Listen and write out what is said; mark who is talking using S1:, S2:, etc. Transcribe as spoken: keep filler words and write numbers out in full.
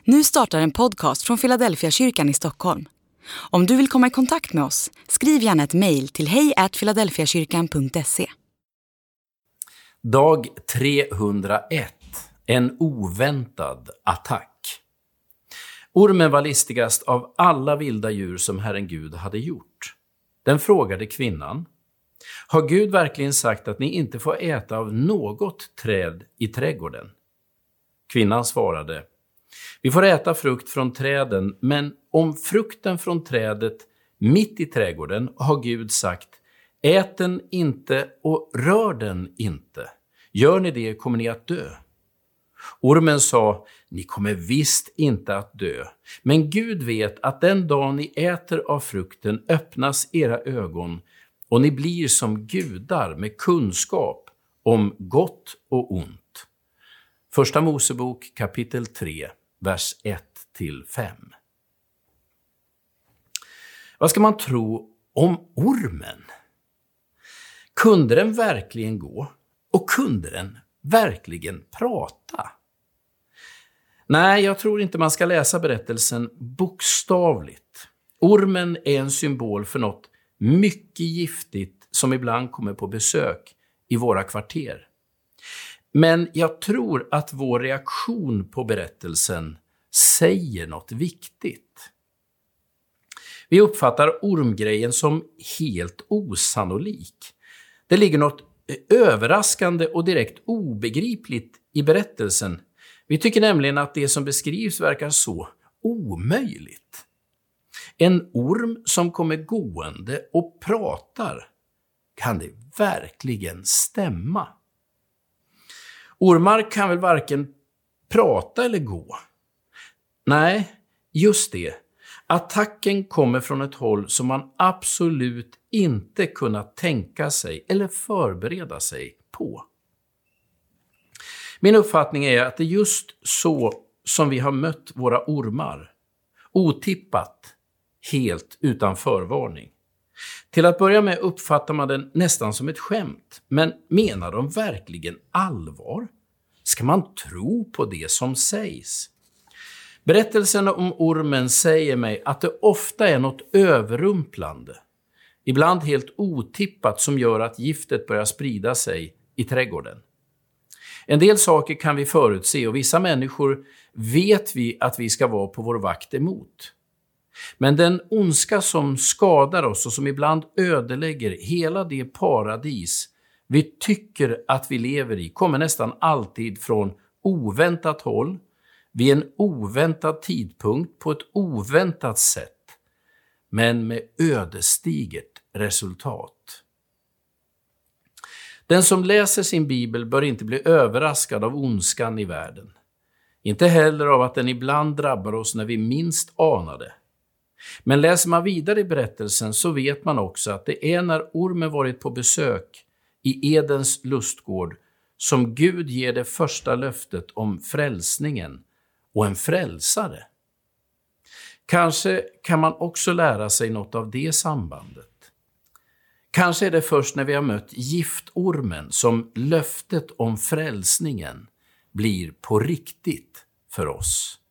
S1: Nu startar en podcast från Philadelphia kyrkan i Stockholm. Om du vill komma i kontakt med oss, skriv gärna ett mejl till hej at philadelphiakyrkan punkt se.
S2: Dag trehundraett. En oväntad attack. Ormen var listigast av alla vilda djur som Herren Gud hade gjort. Den frågade kvinnan: har Gud verkligen sagt att ni inte får äta av något träd i trädgården? Kvinnan svarade: vi får äta frukt från träden, men om frukten från trädet mitt i trädgården har Gud sagt: ät den inte och rör den inte. Gör ni det kommer ni att dö. Ormen sa: ni kommer visst inte att dö, men Gud vet att den dag ni äter av frukten öppnas era ögon och ni blir som gudar med kunskap om gott och ont. Första Mosebok kapitel tre, vers ett till fem. Vad ska man tro om ormen? Kunde den verkligen gå? Och kunde den verkligen prata? Nej, jag tror inte man ska läsa berättelsen bokstavligt. Ormen är en symbol för något mycket giftigt som ibland kommer på besök i våra kvarter. Men jag tror att vår reaktion på berättelsen säger något viktigt. Vi uppfattar ormgrejen som helt osannolik. Det ligger något överraskande och direkt obegripligt i berättelsen. Vi tycker nämligen att det som beskrivs verkar så omöjligt. En orm som kommer gående och pratar. Kan det verkligen stämma? Ormar kan väl varken prata eller gå? Nej, just det. Attacken kommer från ett håll som man absolut inte kunnat tänka sig eller förbereda sig på. Min uppfattning är att det är just så som vi har mött våra ormar. Otippat, helt utan förvarning. Till att börja med uppfattar man den nästan som ett skämt. Men menar de verkligen allvar? Ska man tro på det som sägs? Berättelsen om ormen säger mig att det ofta är något överrumplande. Ibland helt otippat som gör att giftet börjar sprida sig i trädgården. En del saker kan vi förutse och vissa människor vet vi att vi ska vara på vår vakt emot. Men den ondska som skadar oss och som ibland ödelägger hela det paradis vi tycker att vi lever i kommer nästan alltid från oväntat håll, vid en oväntad tidpunkt, på ett oväntat sätt, men med ödesdigert resultat. Den som läser sin bibel bör inte bli överraskad av ondskan i världen. Inte heller av att den ibland drabbar oss när vi minst anar det. Men läser man vidare i berättelsen så vet man också att det är när ormen varit på besök i Edens lustgård som Gud ger det första löftet om frälsningen och en frälsare. Kanske kan man också lära sig något av det sambandet. Kanske är det först när vi har mött giftormen som löftet om frälsningen blir på riktigt för oss.